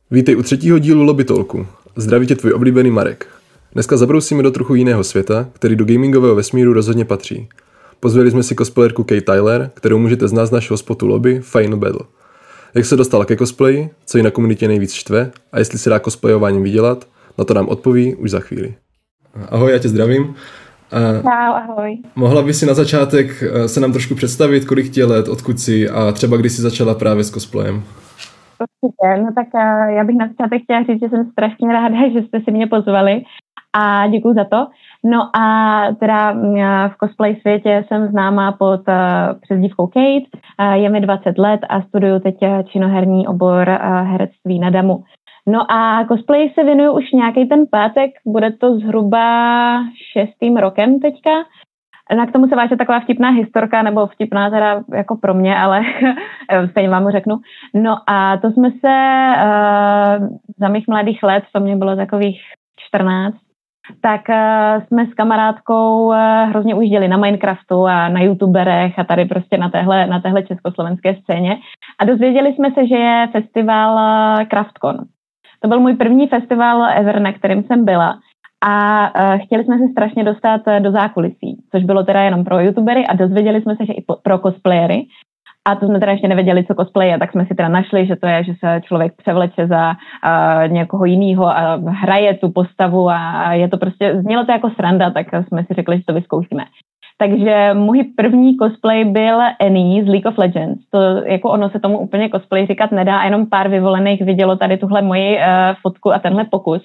Vítej u třetího dílu Lobby Talku. Zdraví tě tvůj oblíbený Marek. Dneska zabrousíme do trochu jiného světa, který do gamingového vesmíru rozhodně patří. Pozvali jsme si cosplayerku Kate Tyler, kterou můžete znát z našeho spotu Lobby Final Battle. Jak se dostala ke cosplayi, co ji na komunitě nejvíc štve a jestli se dá cosplayováním vydělat, na to nám odpoví už za chvíli. Ahoj, já tě zdravím. Čau, ahoj. Mohla bys si na začátek se nám trošku představit, kolik ti je let, odkud jsi a třeba kdy jsi začala právě s cosplayem? Určitě, no tak já bych na začátek chtěla říct, že jsem strašně ráda, že jste si mě pozvali a děkuju za to. No a teda v cosplay světě jsem známá pod přezdívkou Kate, je mi 20 let a studuju teď činoherní obor herectví na DAMu. No a cosplay se věnuju už nějaký ten pátek, bude to zhruba 6. rokem teďka. Na k tomu se váže taková vtipná historka, nebo vtipná teda jako pro mě, ale stejně vám ho řeknu. No a to jsme se za mých mladých let, to mě bylo takových 14, tak jsme s kamarádkou hrozně užili na Minecraftu a na youtuberech a tady prostě na téhle československé scéně. A dozvěděli jsme se, že je festival CraftCon. To byl můj první festival ever, na kterým jsem byla. A chtěli jsme se strašně dostat do zákulisí, což bylo teda jenom pro youtubery a dozvěděli jsme se, že i pro cosplayery. A to jsme teda ještě nevěděli, co cosplay je, tak jsme si teda našli, že to je, že se člověk převleče za někoho jiného a hraje tu postavu a je to prostě, znělo to jako sranda, tak jsme si řekli, že to vyzkoušíme. Takže můj první cosplay byl Annie z League of Legends. To jako ono se tomu úplně cosplay říkat nedá, jenom pár vyvolených vidělo tady tuhle moji fotku a tenhle pokus.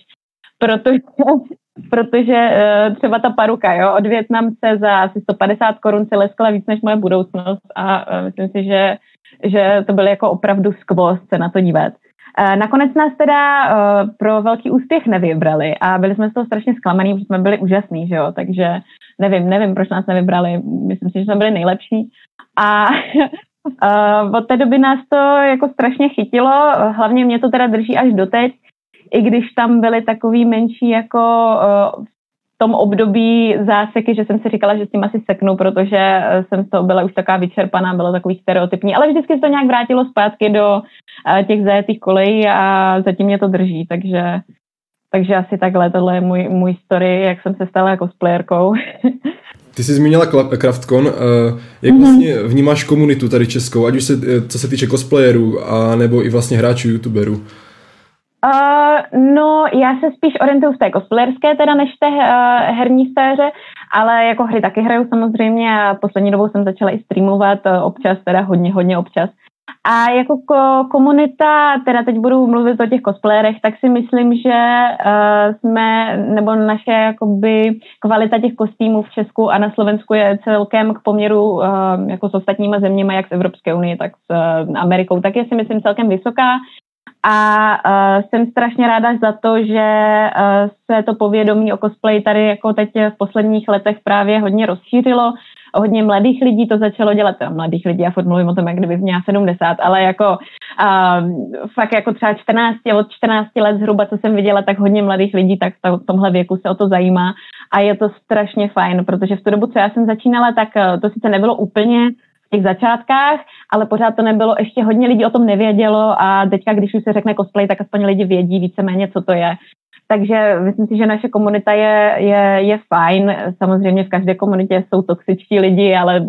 Protože třeba ta paruka, jo, od Vietnamce za asi 150 korun se leskla víc než moje budoucnost a myslím si, že to byl jako opravdu skvost se na to dívat. Nakonec nás teda pro velký úspěch nevybrali a byli jsme z toho strašně zklamaný, protože jsme byli úžasný, že jo, takže nevím, proč nás nevybrali, myslím si, že jsme byli nejlepší a od té doby nás to jako strašně chytilo, hlavně mě to teda drží až doteď, i když tam byly takový menší jako v tom období záseky, že jsem si říkala, že s tím asi seknu, protože jsem z toho byla už taková vyčerpaná, bylo takový stereotypní, ale vždycky se to nějak vrátilo zpátky do těch zajetých kolejí a zatím mě to drží, takže asi takhle, tohle je můj story, jak jsem se stala cosplayerkou. Ty jsi zmínila CraftCon, jak vlastně vnímáš komunitu tady českou, ať už co se týče cosplayerů, a nebo i vlastně hráčů, youtuberů? No, já se spíš orientuju v té cosplayerské teda než té herní sféře, ale jako hry taky hraju samozřejmě a poslední dobou jsem začala i streamovat občas, teda hodně občas. A jako komunita, teda teď budu mluvit o těch cosplayerech, tak si myslím, že nebo naše jakoby kvalita těch kostýmů v Česku a na Slovensku je celkem k poměru jako s ostatníma zeměmi, jak z Evropské unie, tak s Amerikou, tak je si myslím celkem vysoká. A jsem strašně ráda za to, že se to povědomí o cosplay tady jako teď v posledních letech právě hodně rozšířilo. Hodně mladých lidí to začalo dělat, mladých lidí, já furt mluvím o tom, jak kdyby měla 70, ale jako fakt jako třeba od 14 let zhruba, co jsem viděla, tak hodně mladých lidí tak v tomhle věku se o to zajímá a je to strašně fajn, protože v tu dobu, co já jsem začínala, tak to sice nebylo úplně v těch začátkách, ale pořád to nebylo, ještě hodně lidí o tom nevědělo a teďka, když už se řekne cosplay, tak aspoň lidi vědí víceméně, co to je. Takže myslím si, že naše komunita je fajn. Samozřejmě v každé komunitě jsou toxičtí lidi, ale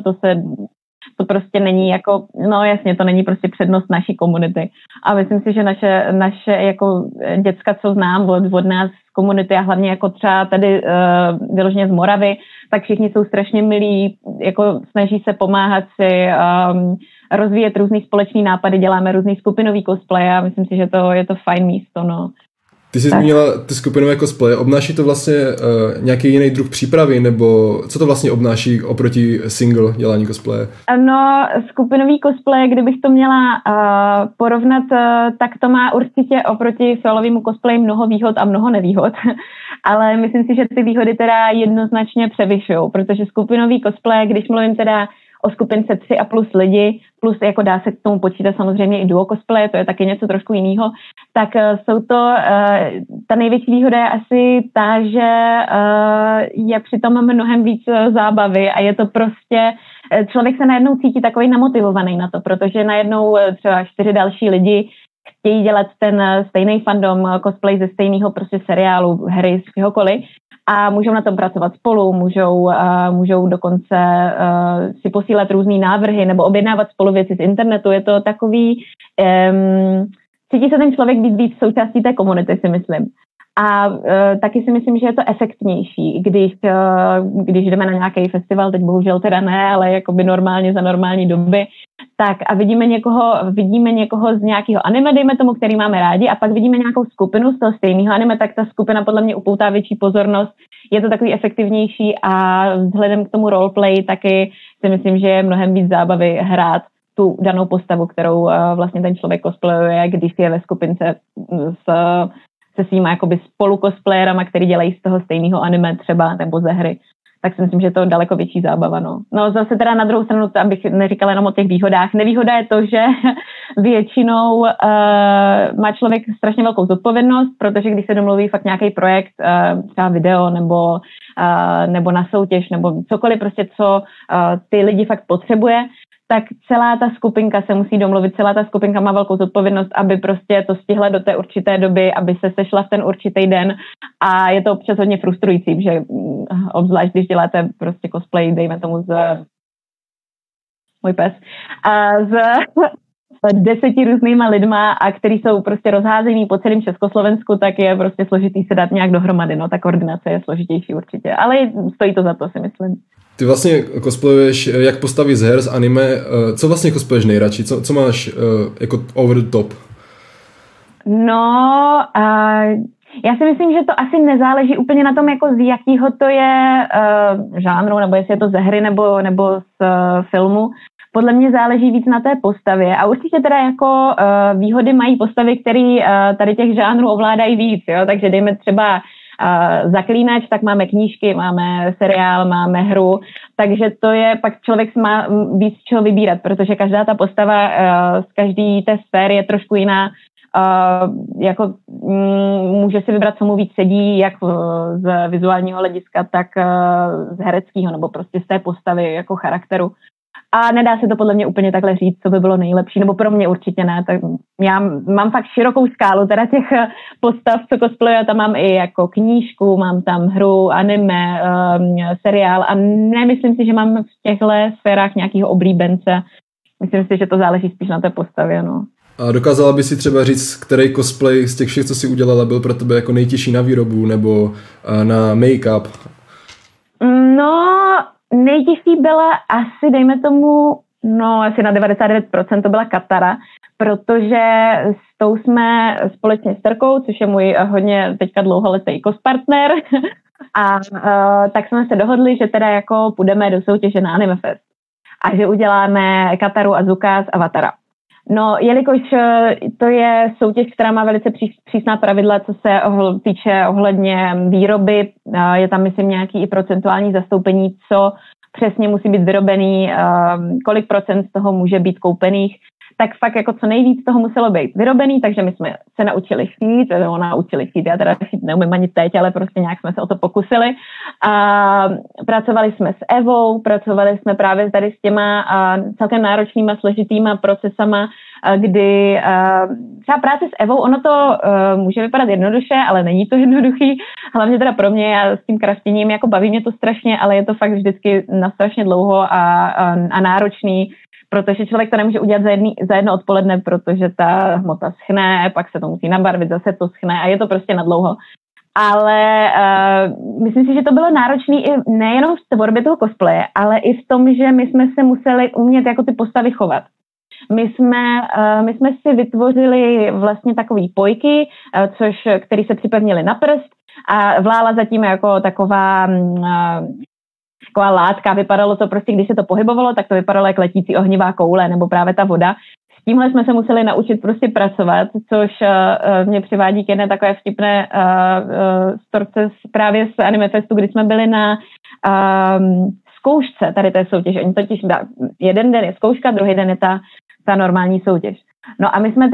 to prostě není jako, no jasně, to není prostě přednost naší komunity. A myslím si, že naše jako děcka, co znám od nás z komunity a hlavně jako třeba tady vyloženě z Moravy, tak všichni jsou strašně milí, jako snaží se pomáhat si rozvíjet různý společný nápady, děláme různý skupinový cosplay a myslím si, že je to fajn místo, no. Ty jsi zmínila ty skupinové cosplaye. Obnáší to vlastně nějaký jiný druh přípravy, nebo co to vlastně obnáší oproti single dělání cosplaye? No, skupinový cosplay, kdybych to měla porovnat, tak to má určitě oproti solovému cosplay mnoho výhod a mnoho nevýhod. Ale myslím si, že ty výhody teda jednoznačně převyšují, protože skupinový cosplay, když mluvím teda o skupince 3 a plus lidi, plus jako dá se k tomu počítat samozřejmě i duo cosplay, to je taky něco trošku jiného, tak jsou to, ta největší výhoda je asi ta, že je přitom mnohem víc zábavy a je to prostě, člověk se najednou cítí takový namotivovaný na to, protože najednou třeba 4 další lidi chtějí dělat ten stejný fandom, cosplay ze stejného prostě seriálu, hry, z čehokoliv a můžou na tom pracovat spolu, můžou dokonce si posílat různý návrhy nebo objednávat spolu věci z internetu. Je to takový, cítí se ten člověk být víc součástí té komunity, si myslím. A taky si myslím, že je to efektnější, když jdeme na nějaký festival, teď bohužel teda ne, ale jakoby normálně za normální doby, tak a vidíme někoho z nějakého anime, dejme tomu, který máme rádi, a pak vidíme nějakou skupinu z toho stejného anime, tak ta skupina podle mě upoutá větší pozornost, je to takový efektivnější a vzhledem k tomu roleplay taky si myslím, že je mnohem víc zábavy hrát tu danou postavu, kterou vlastně ten člověk cosplayuje, když je ve skupince se svýma jakoby spolu cosplayerama, který dělají z toho stejného anime třeba, nebo ze hry, tak si myslím, že to je daleko větší zábava. No zase teda na druhou stranu, abych neříkala jenom o těch výhodách. Nevýhoda je to, že většinou má člověk strašně velkou zodpovědnost, protože když se domluví fakt nějaký projekt, třeba video nebo na soutěž, nebo cokoliv prostě, co ty lidi fakt potřebuje, tak celá ta skupinka se musí domluvit, celá ta skupinka má velkou zodpovědnost, aby prostě to stihla do té určité doby, aby se sešla v ten určitý den a je to občas hodně frustrující, že obzvlášť, když děláte prostě cosplay, dejme tomu můj pes, s 10 různýma lidma, a který jsou prostě rozházený po celém Československu, tak je prostě složitý se dát nějak dohromady, ta koordinace je složitější určitě, ale stojí to za to, si myslím. Ty vlastně cosplayuješ jak postavy z her, z anime. Co vlastně cosplayuješ nejradši? Co máš jako over the top? Já si myslím, že to asi nezáleží úplně na tom, jako z jakého to je žánru, nebo jestli je to ze hry nebo z filmu. Podle mě záleží víc na té postavě a určitě teda jako výhody mají postavy, které tady těch žánrů ovládají víc, jo? Takže dejme třeba Zaklínač, tak máme knížky, máme seriál, máme hru, takže to je, pak člověk má víc čeho vybírat, protože každá ta postava z každé té sféry je trošku jiná, jako může si vybrat, co mu víc sedí, jak z vizuálního hlediska, tak z hereckého, nebo prostě z té postavy jako charakteru. A nedá se to podle mě úplně takhle říct, co by bylo nejlepší, nebo pro mě určitě ne. Tak já mám fakt širokou skálu teda těch postav, co cosplayu, tam mám i jako knížku, mám tam hru, anime, seriál a nemyslím si, že mám v těchto sférách nějakého oblíbence. Myslím si, že to záleží spíš na té postavě, A dokázala by si třeba říct, který cosplay z těch všech, co jsi udělala, byl pro tebe jako nejtěžší na výrobu nebo na make-up? Nejtěžší byla asi, dejme tomu, asi na 99% to byla Katara, protože s tou jsme společně s Terkou, což je můj hodně teďka dlouholetý cospartner, a tak jsme se dohodli, že teda jako půjdeme do soutěže na Anime Fest a že uděláme Kataru Azuka z Avatara. Jelikož to je soutěž, která má velice přísná pravidla, co se týče ohledně výroby, je tam, myslím, nějaký i procentuální zastoupení, co přesně musí být vyrobený, kolik procent z toho může být koupených, tak fakt jako co nejvíc toho muselo být vyrobený, takže my jsme se naučili šít, já teda šít neumím ani teď, ale prostě nějak jsme se o to pokusili. A pracovali jsme s Evou, pracovali jsme právě tady s těma celkem náročnýma, složitýma procesama, kdy třeba práce s Evou, ono to může vypadat jednoduše, ale není to jednoduchý, hlavně teda pro mě, já s tím kraftěním, jako baví mě to strašně, ale je to fakt vždycky na strašně dlouho a náročný, protože člověk to nemůže udělat za jedno odpoledne, protože ta hmota schne, pak se to musí nabarvit, zase to schne a je to prostě na dlouho. Ale myslím si, že to bylo náročné i nejenom v tvorbě toho cosplaye, ale i v tom, že my jsme se museli umět jako ty postavy chovat. My jsme si vytvořili vlastně takový pojky, který se připevnili na prst a vlála zatím jako taková látka, vypadalo to prostě, když se to pohybovalo, tak to vypadalo jak letící ohnivá koule nebo právě ta voda. S tímhle jsme se museli naučit prostě pracovat, což mě přivádí k jedné takové vtipné storce právě z Anime Festu, kdy jsme byli na zkoušce tady té soutěže. Oni totiž jeden den je zkouška, druhý den je ta normální soutěž. A my jsme teda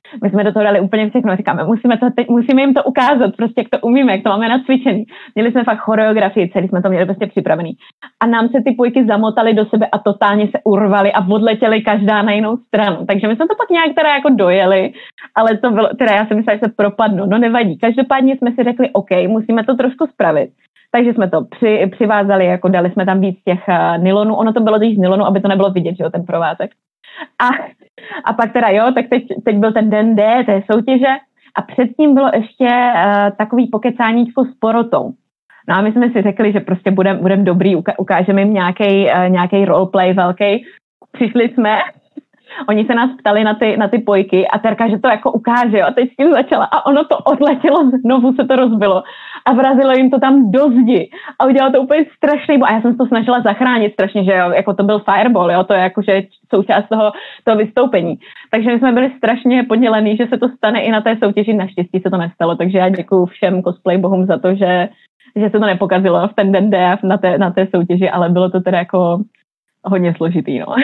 My jsme do toho dali úplně všechno, říkáme, musíme jim to ukázat, prostě jak to umíme, jak to máme nacvičený. Měli jsme fakt choreografii, celý jsme to měli prostě připravený. A nám se ty pojky zamotaly do sebe a totálně se urvaly a odletěly každá na jinou stranu. Takže my jsme to pak nějak teda jako dojeli, ale to bylo, teda já jsem myslela, že se propadnu, no nevadí. Každopádně jsme si řekli, OK, musíme to trošku spravit. Takže jsme to přivázali, jako dali jsme tam víc těch nylonů. Ono to bylo z nylonu, aby to nebylo vidět, že jo, ten provázek. A pak teda jo, tak teď byl ten den D té soutěže a předtím bylo ještě takový pokecáníčko s porotou. No a my jsme si řekli, že prostě budem dobrý, ukážeme jim nějaký roleplay velký. Přišli jsme, oni se nás ptali na ty pojky a Terka, že to jako ukáže, jo, a teď s tím začala a ono to odletělo, znovu se to rozbilo a vrazilo jim to tam do zdi a udělalo to úplně strašný a já jsem to snažila zachránit strašně, že jo, jako to byl fireball, jo, to je jakože součást toho vystoupení. Takže my jsme byli strašně podělení, že se to stane i na té soutěži, naštěstí se to nestalo, takže já děkuju všem cosplay bohům za to, že se to nepokazilo v ten den D na té soutěži, ale bylo to teda jako hodně složitý, no.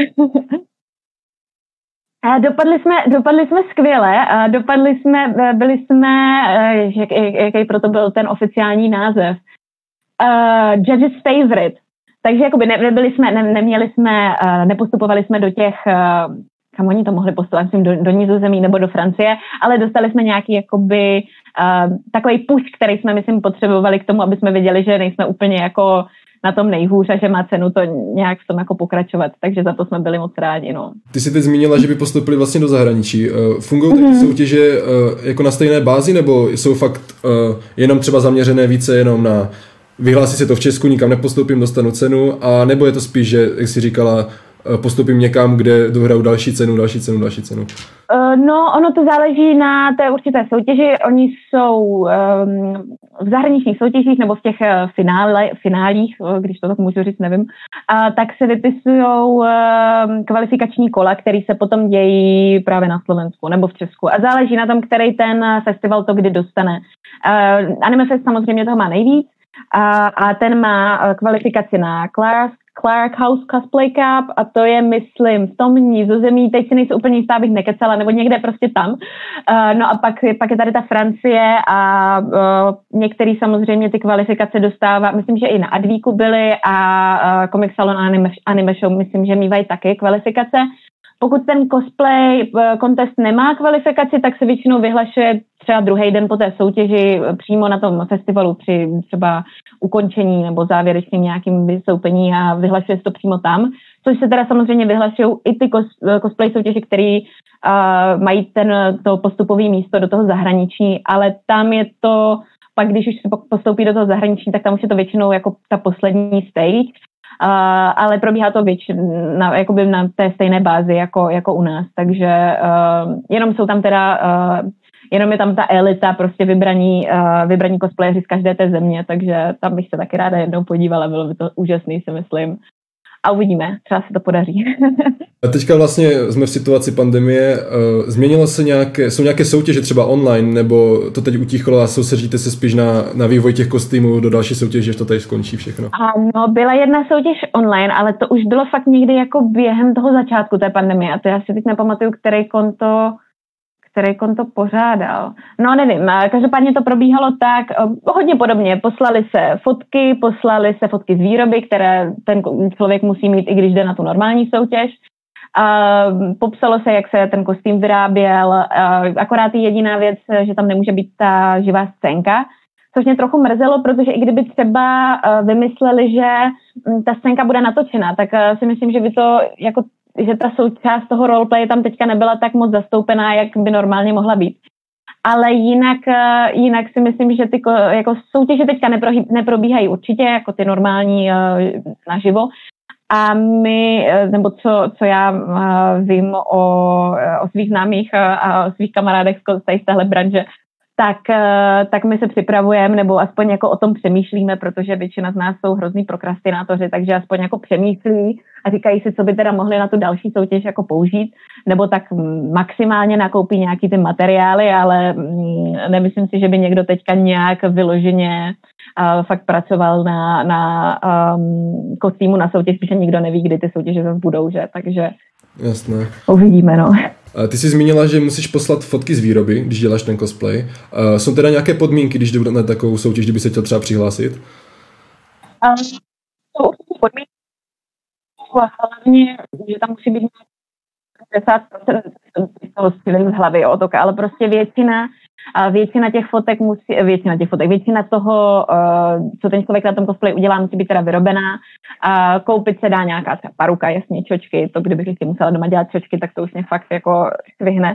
Dopadli jsme skvěle, byli jsme, jaký proto byl ten oficiální název, Judges Favorite, takže jakoby nepostupovali jsme do těch, kam oni to mohli postupovat, do Nizozemí nebo do Francie, ale dostali jsme nějaký jakoby takový push, který jsme, myslím, potřebovali k tomu, aby jsme viděli, že nejsme úplně jako na tom nejhůř a že má cenu to nějak v tom jako pokračovat, takže za to jsme byli moc rádi, no. Ty jsi teď zmínila, že by postoupili vlastně do zahraničí. Fungují taky soutěže jako na stejné bázi, nebo jsou fakt jenom třeba zaměřené více jenom na vyhlásí se to v Česku, nikam nepostoupím, dostanu cenu, a nebo je to spíš, že, jak jsi říkala, postupím někam, kde dohraju další cenu. No, ono to záleží na té určité soutěži. Oni jsou v zahraničních soutěžích nebo v těch finálích, když to tak můžu říct, nevím, tak se vypisujou kvalifikační kola, které se potom dějí právě na Slovensku nebo v Česku. A záleží na tom, který ten festival to kdy dostane. Anime Fest samozřejmě toho má nejvíc a ten má kvalifikaci na Clark House Cosplay Cup a to je, myslím, v tom Nizozemí, teď si nejsou úplně jistá, abych nekecala, nebo někde prostě tam. No a pak je tady ta Francie a některý samozřejmě ty kvalifikace dostává, myslím, že i na Advíku byly a Comic Salon Anime Show, myslím, že mývají taky kvalifikace. Pokud ten cosplay contest nemá kvalifikaci, tak se většinou vyhlašuje třeba druhý den po té soutěži přímo na tom festivalu při třeba ukončení nebo závěrečným nějakým vystoupení a vyhlašuje se to přímo tam. Což se teda samozřejmě vyhlašují i ty cosplay soutěže, které mají to postupové místo do toho zahraničí, ale tam je to, pak když už se postoupí do toho zahraničí, tak tam už je to většinou jako ta poslední stage. Ale probíhá to jakoby na té stejné bázi jako u nás, takže jenom jsou tam teda, jenom je tam ta elita, prostě vybraní cosplayeři z každé té země, takže tam bych se taky ráda jednou podívala, bylo by to úžasný, si myslím. A uvidíme, třeba se to podaří. A teďka vlastně jsme v situaci pandemie. Změnilo se jsou nějaké soutěže třeba online, nebo to teď utichlo a soustředíte se spíš na vývoj těch kostýmů do další soutěže, že to tady skončí všechno? Ano, byla jedna soutěž online, ale to už bylo fakt někdy jako během toho začátku té pandemie a to já si teď nepamatuju, který konto pořádal. No nevím, každopádně to probíhalo tak hodně podobně. Poslali se fotky z výroby, které ten člověk musí mít, i když jde na tu normální soutěž. Popsalo se, jak se ten kostým vyráběl, akorát jediná věc, že tam nemůže být ta živá scénka, což mě trochu mrzelo, protože i kdyby třeba vymysleli, že ta scénka bude natočena, tak si myslím, že by to jako že ta součást toho roleplay tam teďka nebyla tak moc zastoupená, jak by normálně mohla být. Ale jinak si myslím, že ty jako soutěže teďka neprobíhají určitě jako ty normální naživo. A my, nebo co já vím o svých známých a o svých kamarádech z téhle branže, tak my se připravujeme, nebo aspoň jako o tom přemýšlíme, protože většina z nás jsou hrozný prokrastinátoři, takže aspoň jako přemýšlí a říkají si, co by teda mohli na tu další soutěž jako použít, nebo tak maximálně nakoupí nějaký ty materiály, ale nemyslím si, že by někdo teďka nějak vyloženě fakt pracoval na kostýmu na soutěž, protože nikdo neví, kdy ty soutěže zase budou, že? Takže Jasné. Uvidíme, no. Ty jsi zmínila, že musíš poslat fotky z výroby, když děláš ten cosplay. Jsou teda nějaké podmínky, když jdu na takovou soutěž, kdyby se chtěl třeba přihlásit? Jsou určitě podmínky. Hlavně, že tam musí být 50% toho stylem z hlavy, ale prostě většina toho, co ten člověk na tom cosplay udělá, musí být teda vyrobená. Koupit se dá nějaká třeba paruka, jasně, čočky, to kdybych si musela doma dělat čočky, tak to už mě fakt jako švihne.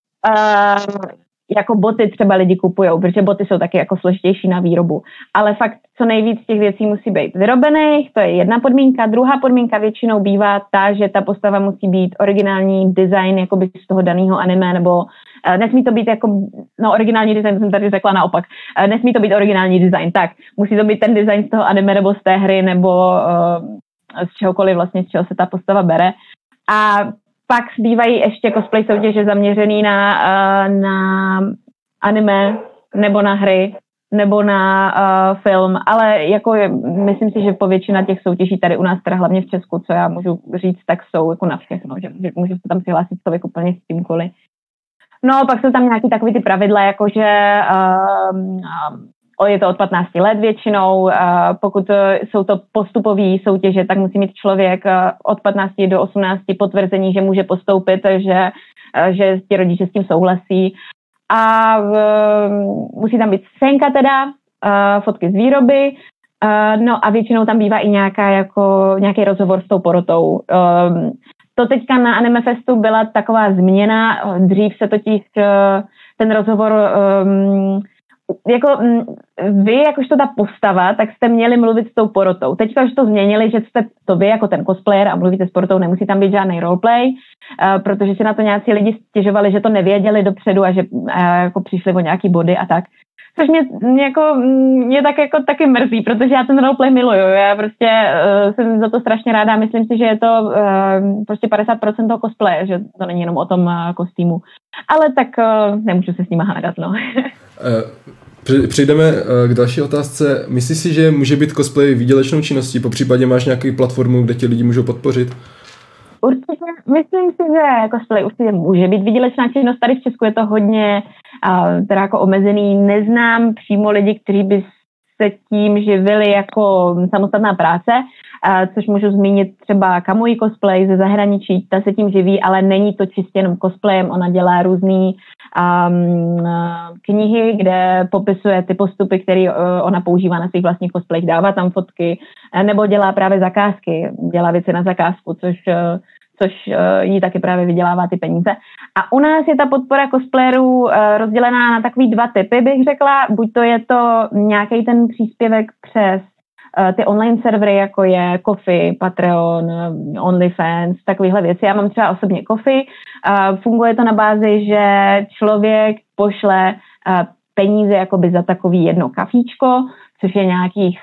Jako boty třeba lidi kupujou, protože boty jsou taky jako složitější na výrobu. Ale fakt co nejvíc těch věcí musí být vyrobených, to je jedna podmínka. Druhá podmínka většinou bývá ta, že ta postava musí být originální design jakoby z toho daného anime, nebo nesmí to být jako, originální design jsem tady řekla naopak, nesmí to být originální design, tak musí to být ten design z toho anime nebo z té hry, nebo z čehokoliv vlastně, z čeho se ta postava bere. A pak zbývají ještě cosplay soutěže zaměřený na anime, nebo na hry, nebo na film, ale jako myslím si, že po většina těch soutěží tady u nás, teda hlavně v Česku, co já můžu říct, tak jsou jako na všechno, že můžu se tam přihlásit člověk úplně s tímkoliv. No, pak jsou tam nějaký takový ty pravidla, jakože je to od 15 let většinou, pokud jsou to postupové soutěže, tak musí mít člověk od 15 do 18 potvrzení, že může postoupit, že ti rodiče s tím souhlasí. A musí tam být scénka teda, fotky z výroby, no a většinou tam bývá i nějaký rozhovor s tou porotou. To teďka na Anime Festu byla taková změna, dřív se totiž ten rozhovor, vy, jakožto ta postava, tak jste měli mluvit s tou porotou. Teďka už to změnili, že jste to vy jako ten cosplayer a mluvíte s porotou, nemusí tam být žádný roleplay, protože si na to nějací lidi stěžovali, že to nevěděli dopředu a že jako přišli o nějaký body a tak. Což mě tak jako taky mrzí, protože já ten roleplay miluju. Já prostě jsem za to strašně ráda a myslím si, že je to prostě 50% toho cosplaye, že to není jenom o tom kostýmu. Ale tak nemůžu se s nima hádat, no. Přejdeme k další otázce. Myslíš si, že může být cosplay výdělečnou činností? Popřípadě máš nějakou platformu, kde ti lidi můžou podpořit? Určitě, myslím si, že cosplay určitě může být výdělečná činnost. Tady v Česku je to hodně teda jako omezený. Neznám přímo lidi, kteří by se tím živili jako samostatná práce, což můžu zmínit třeba Kamui cosplay ze zahraničí, ta se tím živí, ale není to čistě jenom cosplayem, ona dělá různé knihy, kde popisuje ty postupy, které ona používá na svých vlastních cosplayích, dává tam fotky, nebo dělá právě zakázky, dělá věci na zakázku, což jí taky právě vydělává ty peníze. A u nás je ta podpora cosplayerů rozdělená na takový dva typy, bych řekla. Buď to je to nějaký ten příspěvek přes ty online servery, jako je Ko-fi, Patreon, OnlyFans, takovéhle věci. Já mám třeba osobně Ko-fi. Funguje to na bázi, že člověk pošle peníze jakoby za takový jedno kafíčko, což je nějakých,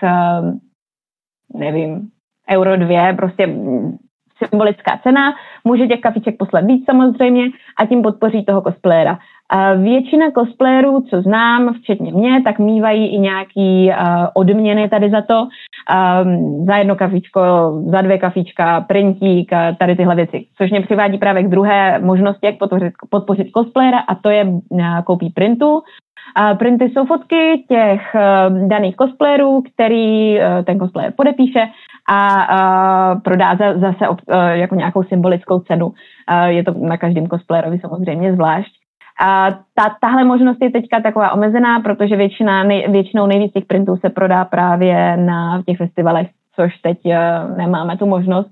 nevím, €2, prostě symbolická cena, může těch kafiček poslat víc samozřejmě a tím podpoří toho cosplayera. Většina cosplayerů, co znám, včetně mě, tak mívají i nějaký odměny tady za to, za jedno kafičko, za 2 kafička, printík, tady tyhle věci, což mě přivádí právě k druhé možnosti, jak podpořit cosplayera, a to je koupí printů. Printy jsou fotky těch daných cosplayerů, který ten cosplayer podepíše a prodá zase jako nějakou symbolickou cenu. Je to na každém cosplayerovi samozřejmě zvlášť. Tahle možnost je teďka taková omezená, protože většinou nejvíc těch printů se prodá právě na těch festivalech, což teď nemáme tu možnost.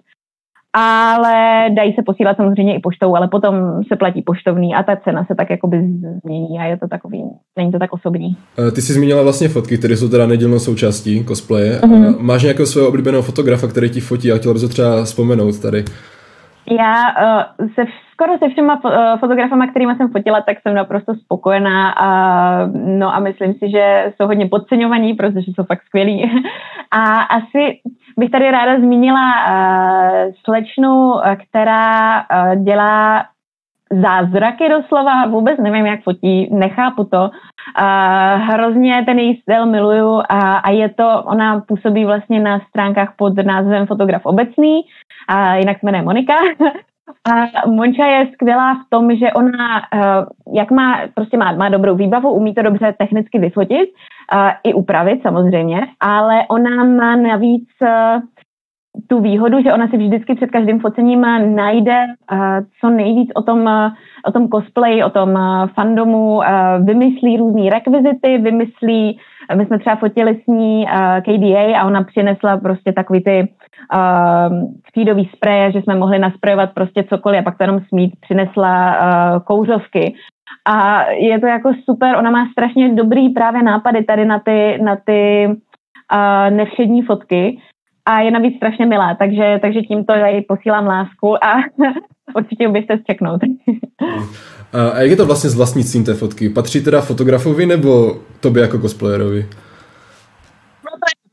Ale dají se posílat samozřejmě i poštou, ale potom se platí poštovný a ta cena se tak jakoby změní a je to takový, není to tak osobní. Ty jsi zmínila vlastně fotky, které jsou teda nedílnou součástí cosplaye. Máš nějakého svého oblíbeného fotografa, který ti fotí a chtěla bys to třeba vzpomenout tady? Já skoro se všema fotografama, kterýma jsem fotila, tak jsem naprosto spokojená a myslím si, že jsou hodně podceňovaní, protože jsou fakt skvělí. A asi bych tady ráda zmínila slečnu, která dělá zázraky doslova, vůbec nevím, jak fotí, nechápu to. Hrozně ten její styl miluju a je to, ona působí vlastně na stránkách pod názvem Fotograf obecný, jinak se jmenuje Monika. A Monča je skvělá v tom, že ona, jak má dobrou výbavu, umí to dobře technicky vyfotit, i upravit samozřejmě, ale ona má navíc tu výhodu, že ona si vždycky před každým focením najde co nejvíc o tom cosplay, o tom fandomu, vymyslí různý rekvizity, my jsme třeba fotili s ní KDA a ona přinesla prostě takový ty speedový spreje, že jsme mohli nasprejovat prostě cokoliv a pak to jenom smít, přinesla kouřovky. A je to jako super, ona má strašně dobrý právě nápady tady na ty nevšední fotky a je navíc strašně milá, takže tímto jej posílám lásku a určitě byste zčeknout. A jak je to vlastně s vlastnictvím té fotky? Patří teda fotografovi nebo tobě jako cosplayerovi? No to je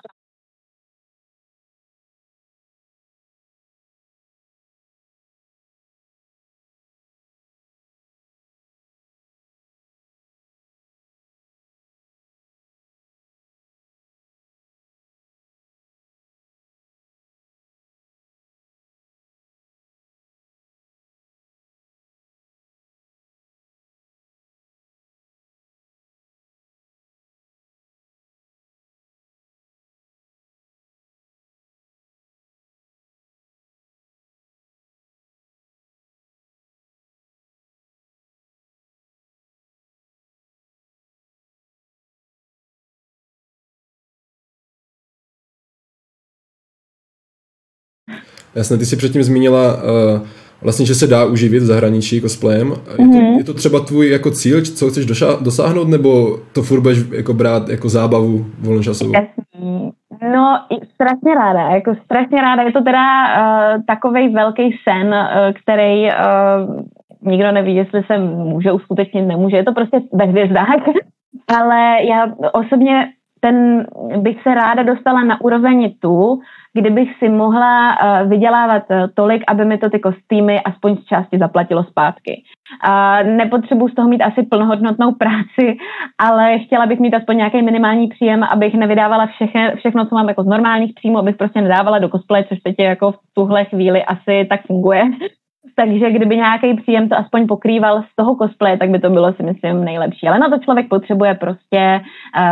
Jasně, ty jsi předtím zmínila vlastně, že se dá uživit v zahraničí cosplayem. Je to třeba tvůj jako cíl, co chceš dosáhnout, nebo to furt budeš jako brát jako zábavu volnočasovou? Jasný. No, strašně ráda. Je to teda takovej velký sen, který nikdo neví, jestli se může uskutečnit, nemůže. Je to prostě ve hvězdách. Ale já osobně bych se ráda dostala na úroveň kdybych si mohla vydělávat tolik, aby mi to ty kostýmy aspoň z části zaplatilo zpátky. Nepotřebuji z toho mít asi plnohodnotnou práci, ale chtěla bych mít aspoň nějaký minimální příjem, abych nevydávala všechno, co mám jako z normálních příjmů, abych prostě nedávala do cosplay, což teď je jako v tuhle chvíli asi tak funguje. Takže kdyby nějaký příjem to aspoň pokrýval z toho cosplaye, tak by to bylo, si myslím, nejlepší. Ale na to člověk potřebuje prostě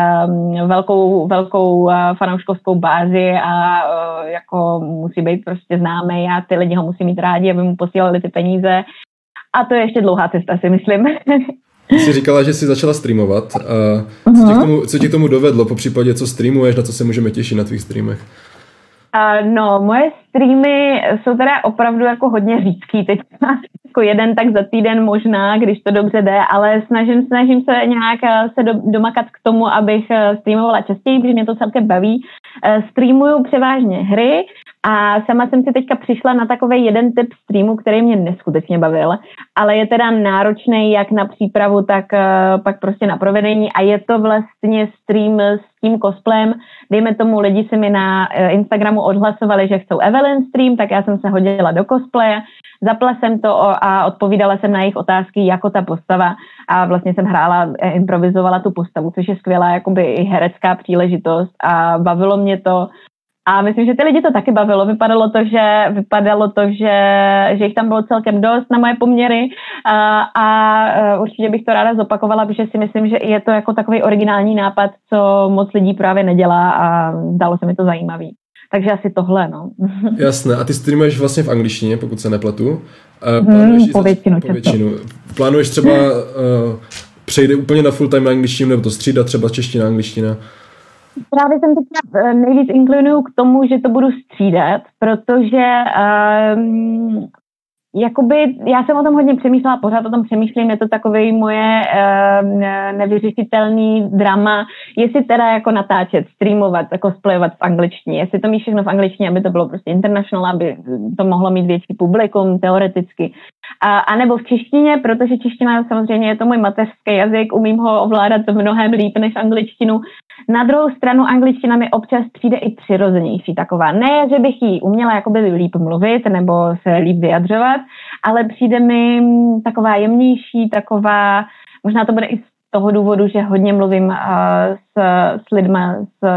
velkou fanouškovskou bázi a jako musí být prostě známý a ty lidi ho musí mít rádi, aby mu posílali ty peníze. A to je ještě dlouhá cesta, si myslím. Ty jsi říkala, že jsi začala streamovat. Co tě k tomu dovedlo? Po případě, co streamuješ, na co se můžeme těšit na tvých streamech? No, moje streamy jsou teda opravdu jako hodně řídký teď. Jako jeden tak za týden možná, když to dobře jde, ale snažím se nějak domakat k tomu, abych streamovala častěji, protože mě to celkem baví. Streamuju převážně hry a sama jsem si teďka přišla na takový jeden typ streamu, který mě neskutečně bavil, ale je teda náročný jak na přípravu, tak pak prostě na provedení a je to vlastně stream s tím cosplayem. Dejme tomu, lidi si mi na Instagramu odhlasovali, že chcou Evelyn stream, tak já jsem se hodila do cosplaye, zapla jsem to a odpovídala jsem na jejich otázky jako ta postava a vlastně jsem improvizovala tu postavu, což je skvělá jakoby i herecká příležitost a bavilo mě to. A myslím, že ty lidi to taky bavilo. Vypadalo to, že jich tam bylo celkem dost na moje poměry a určitě bych to ráda zopakovala, protože si myslím, že je to jako takový originální nápad, co moc lidí právě nedělá a zdalo se mi to zajímavý. Takže asi tohle, no. Jasné. A ty streamuješ vlastně v angličtině, pokud se nepletu. Po většinu. Plánuješ třeba přejde úplně na full time na angličtinu, nebo to střídat třeba čeština, angličtina? Právě jsem teď nejvíc inklinuju k tomu, že to budu střídat, protože jakoby já jsem o tom hodně přemýšlela, pořád o tom přemýšlím, je to takový moje nevyřešitelný drama, jestli teda jako natáčet, streamovat, cosplayovat v angličtině, jestli to mít všechno v angličtině, aby to bylo prostě international, aby to mohlo mít větší publikum teoreticky. A nebo v češtině, protože čeština samozřejmě je to můj mateřský jazyk, umím ho ovládat mnohem líp než angličtinu. Na druhou stranu angličtina mi občas přijde i přirozenější taková. Ne, že bych ji uměla jakoby líp mluvit nebo se líp vyjadřovat, ale přijde mi taková jemnější, taková, možná to bude i toho důvodu, že hodně mluvím s lidma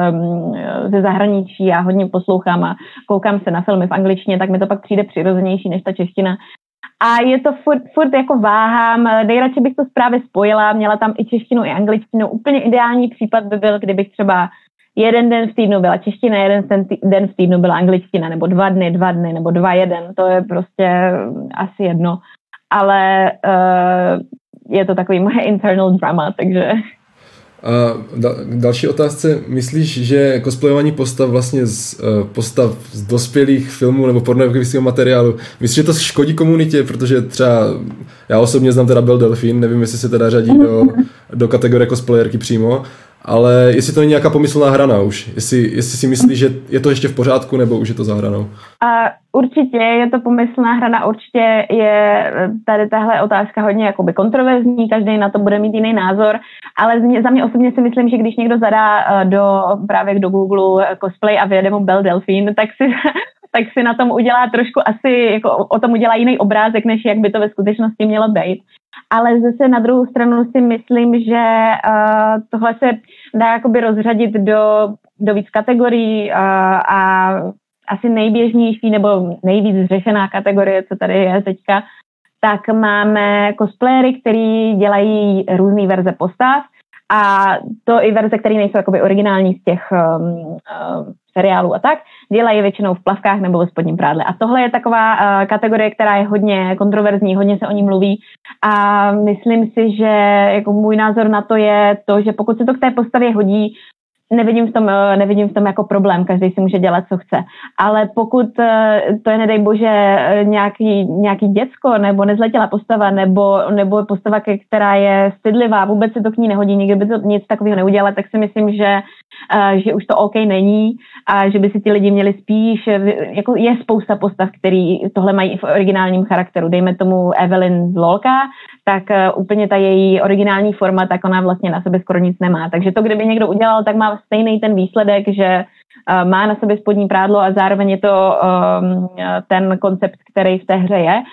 ze zahraničí a hodně poslouchám a koukám se na filmy v angličtině, tak mi to pak přijde přirozenější než ta čeština. A je to furt jako váhám, nejradši bych to právě spojila, měla tam i češtinu, i angličtinu. Úplně ideální případ by byl, kdybych třeba jeden den v týdnu byla čeština, jeden den v týdnu byla angličtina, nebo 2 dny, nebo 2-1, to je prostě asi jedno. Ale je to takový moje internal drama, takže... A další otázce, myslíš, že cosplayování postav vlastně postav z dospělých filmů nebo pornografického materiálu, myslíš, že to škodí komunitě, protože třeba já osobně znám teda Belle Delphine, nevím, jestli se teda řadí do kategorie cosplayerky přímo, ale jestli to není nějaká pomyslná hrana už, jestli si myslíš, že je to ještě v pořádku, nebo už je to za hranou? Určitě je to pomyslná hrana, určitě je tady tahle otázka hodně jakoby kontroverzní, každý na to bude mít jiný názor, ale za mě osobně si myslím, že když někdo zadá právě do Google cosplay a vyjede mu Belle Delphine, tak si na tom udělá trošku asi, jako o tom udělá jiný obrázek, než jak by to ve skutečnosti mělo být. Ale zase na druhou stranu si myslím, že tohle se dá jakoby rozřadit do víc kategorií a asi nejběžnější nebo nejvíc řešená kategorie, co tady je teďka, tak máme cosplayery, který dělají různé verze postav a to i verze, které nejsou jakoby originální z těch seriálů a tak, dělají většinou v plavkách nebo ve spodním prádle. A tohle je taková kategorie, která je hodně kontroverzní, hodně se o ní mluví a myslím si, že jako můj názor na to je to, že pokud se to k té postavě hodí, nevidím v tom jako problém, každý si může dělat, co chce. Ale pokud to je, nedej bože, nějaký děcko nebo nezletělá postava nebo postava, která je stydlivá, vůbec se to k ní nehodí, nikdy by to nic takového neudělala, tak si myslím, že už to OK není a že by si ti lidi měli spíš, jako je spousta postav, který tohle mají i v originálním charakteru. Dejme tomu Evelyn z LOLka, tak úplně ta její originální forma, tak ona vlastně na sebe skoro nic nemá. Takže to, kdyby někdo udělal, tak má stejný ten výsledek, že má na sobě spodní prádlo a zároveň je to ten koncept, který v té hře je.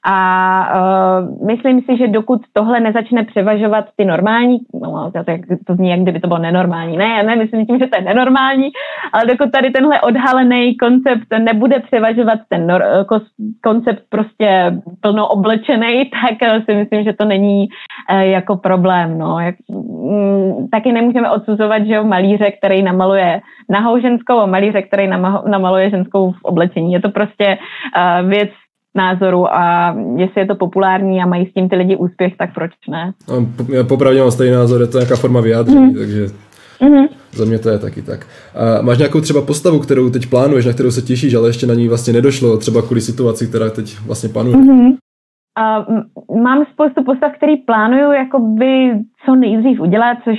A myslím si, že dokud tohle nezačne převažovat ty normální, to zní, jak kdyby to bylo nenormální. Ne, myslím tím, že to je nenormální, ale dokud tady tenhle odhalený koncept nebude převažovat ten koncept prostě plno oblečený, tak si myslím, že to není jako problém. No. Taky nemůžeme odsuzovat, že malíře, který namaluje nahou ženskou a malíře, který namaluje ženskou v oblečení. Je to prostě věc názoru a jestli je to populární a mají s tím ty lidi úspěch, tak proč ne? Já popravdě mám stejný názor, je to nějaká forma vyjádření, takže za mě to je taky tak. A máš nějakou třeba postavu, kterou teď plánuješ, na kterou se těšíš, ale ještě na ní vlastně nedošlo, třeba kvůli situaci, která teď vlastně panuje? Mám spoustu postav, který plánuju jakoby co nejdřív udělat, což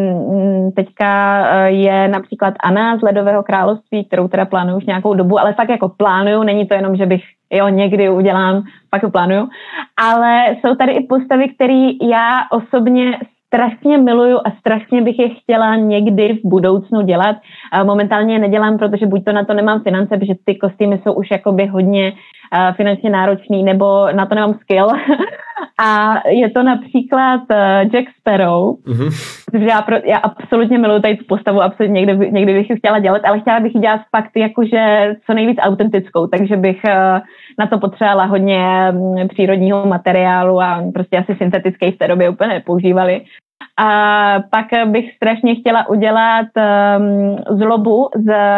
teďka je například Anna z Ledového království, kterou teda plánuju už nějakou dobu, ale fakt jako plánuju, není to jenom, že bych někdy udělám, pak to plánuju, ale jsou tady i postavy, které já osobně strašně miluju a strašně bych je chtěla někdy v budoucnu dělat. Momentálně je nedělám, protože buď to na to nemám finance, protože ty kostýmy jsou už jakoby hodně finančně náročný, nebo na to nemám skill. A je to například Jack Sparrow, protože já absolutně miluji tady tu postavu, absolutně někdy bych ji chtěla dělat, ale chtěla bych ji dělat fakt jakože co nejvíc autentickou, takže bych na to potřebovala hodně přírodního materiálu a prostě asi syntetický v té době úplně nepoužívali. A pak bych strašně chtěla udělat zlobu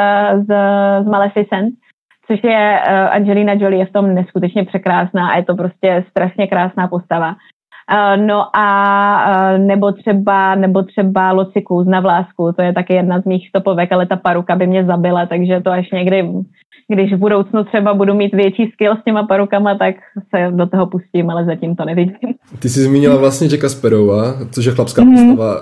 z Maleficent, což je Angelina Jolie, je v tom neskutečně překrásná a je to prostě strašně krásná postava. No a nebo třeba Lociku z Navlásku, to je taky jedna z mých topovek, ale ta paruka by mě zabila, takže to až někdy, když v budoucnu třeba budu mít větší skill s těma parukama, tak se do toho pustím, ale zatím to nevidím. Ty jsi zmínila vlastně Jacka Sparrowa, což je chlapská postava.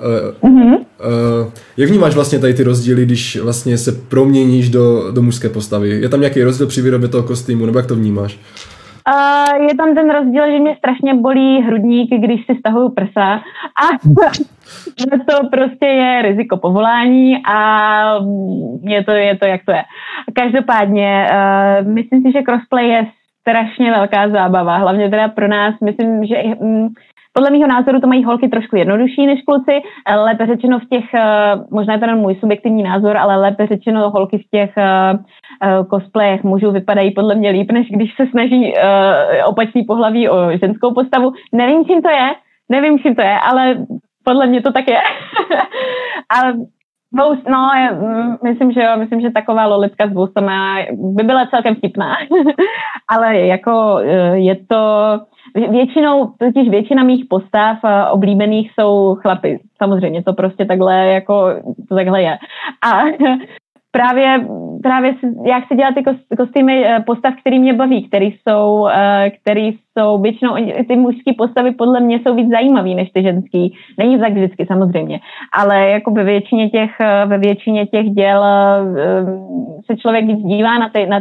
Jak vnímáš vlastně tady ty rozdíly, když vlastně se proměníš do mužské postavy? Je tam nějaký rozdíl při výrobě toho kostýmu, nebo jak to vnímáš? Je tam ten rozdíl, že mě strašně bolí hrudník, když si stahuju prsa a to prostě je riziko povolání a je to jak to je. Každopádně myslím si, že crossplay je strašně velká zábava, hlavně teda pro nás, myslím, že podle mého názoru to mají holky trošku jednodušší než kluci, lépe řečeno v těch, možná je to jen můj subjektivní názor, ale lépe řečeno holky v těch cosplayech mužů vypadají podle mě líp, než když se snaží opačný pohlaví o ženskou postavu. Nevím, čím to je, ale podle mě to tak je. Ale myslím, že taková lolitka s vousama by byla celkem vtipná. Ale jako je to většina mých postav oblíbených jsou chlapy. Samozřejmě to prostě takhle je. A právě já chci dělat ty kostýmy postav, který mě baví, který jsou většinou, ty mužský postavy podle mě jsou víc zajímavý než ty ženský. Není to tak vždycky samozřejmě, ale jako ve většině těch děl se člověk víc dívá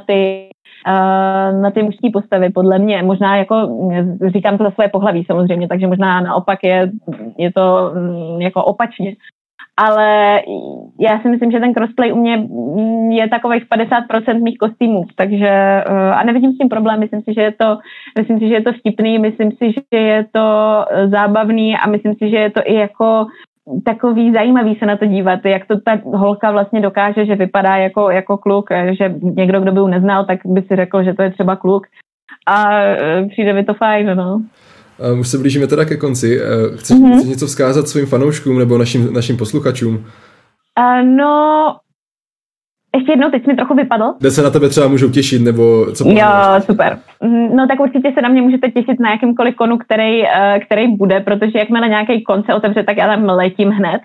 na ty mužské postavy, podle mě. Možná jako říkám to za své pohlaví samozřejmě, takže možná naopak je to jako opačně. Ale já si myslím, že ten crossplay u mě je takových 50% mých kostýmů, takže a nevidím s tím problém, myslím si, že je to vtipný, myslím si, že je to zábavný a myslím si, že je to i jako takový zajímavý se na to dívat, jak to ta holka vlastně dokáže, že vypadá jako kluk, že někdo, kdo by ho neznal, tak by si řekl, že to je třeba kluk a přijde mi to fajn, no. Už se blížíme teda ke konci. Chceš něco vzkázat svým fanouškům nebo našim posluchačům? No, ještě jednou, teď mi trochu vypadl. Kde se na tebe třeba můžou těšit, nebo co? Jo, super. No tak určitě se na mě můžete těšit na jakýmkoliv konu, který bude, protože jakmile nějaký kon se otevře, tak já tam letím hned.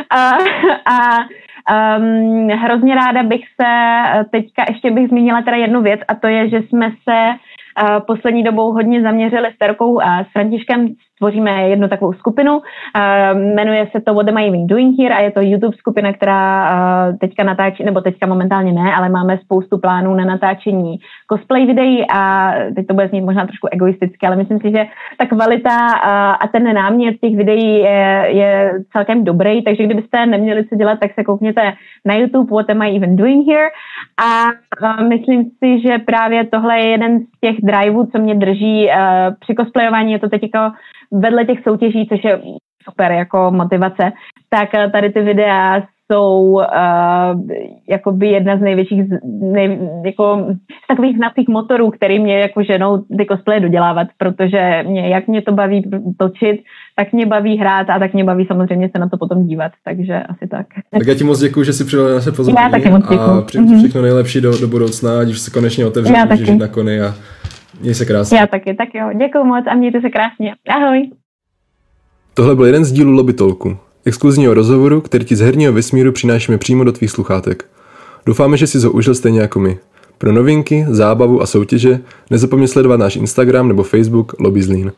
Hrozně ráda bych se, teďka ještě bych zmínila teda jednu věc, a to je, že jsme se poslední dobou hodně zaměřili s Terkou a s Františkem, tvoříme jednu takovou skupinu, jmenuje se to What Am I Even Doing Here a je to YouTube skupina, která teďka natáčí, nebo teďka momentálně ne, ale máme spoustu plánů na natáčení cosplay videí a teď to bude znít možná trošku egoisticky, ale myslím si, že ta kvalita a ten námět těch videí je celkem dobrý, takže kdybyste neměli co dělat, tak se koukněte na YouTube What Am I Even Doing Here a myslím si, že právě tohle je jeden z těch driveů, co mě drží při cosplayování, je to teď jako vedle těch soutěží, což je super jako motivace, tak tady ty videa jsou jakoby jedna z největších jako z takových hnacích motorů, který mě jako ženou ty cosplaye dodělávat, protože jak mě to baví točit, tak mě baví hrát a tak mě baví samozřejmě se na to potom dívat, takže asi tak. Tak já ti moc děkuju, že jsi přijela naše pozvání a přeji všechno nejlepší do budoucna, ať už se konečně otevře, můžeš jít na kony a měj se krásně. Já taky, tak jo, děkuju moc a mějte se krásně. Ahoj. Tohle byl jeden z dílů Lobby Talku, exkluzivního rozhovoru, který ti z herního vesmíru přinášíme přímo do tvých sluchátek. Doufáme, že jsi ho užil stejně jako my. Pro novinky, zábavu a soutěže nezapomeň sledovat náš Instagram nebo Facebook Lobby Zlín.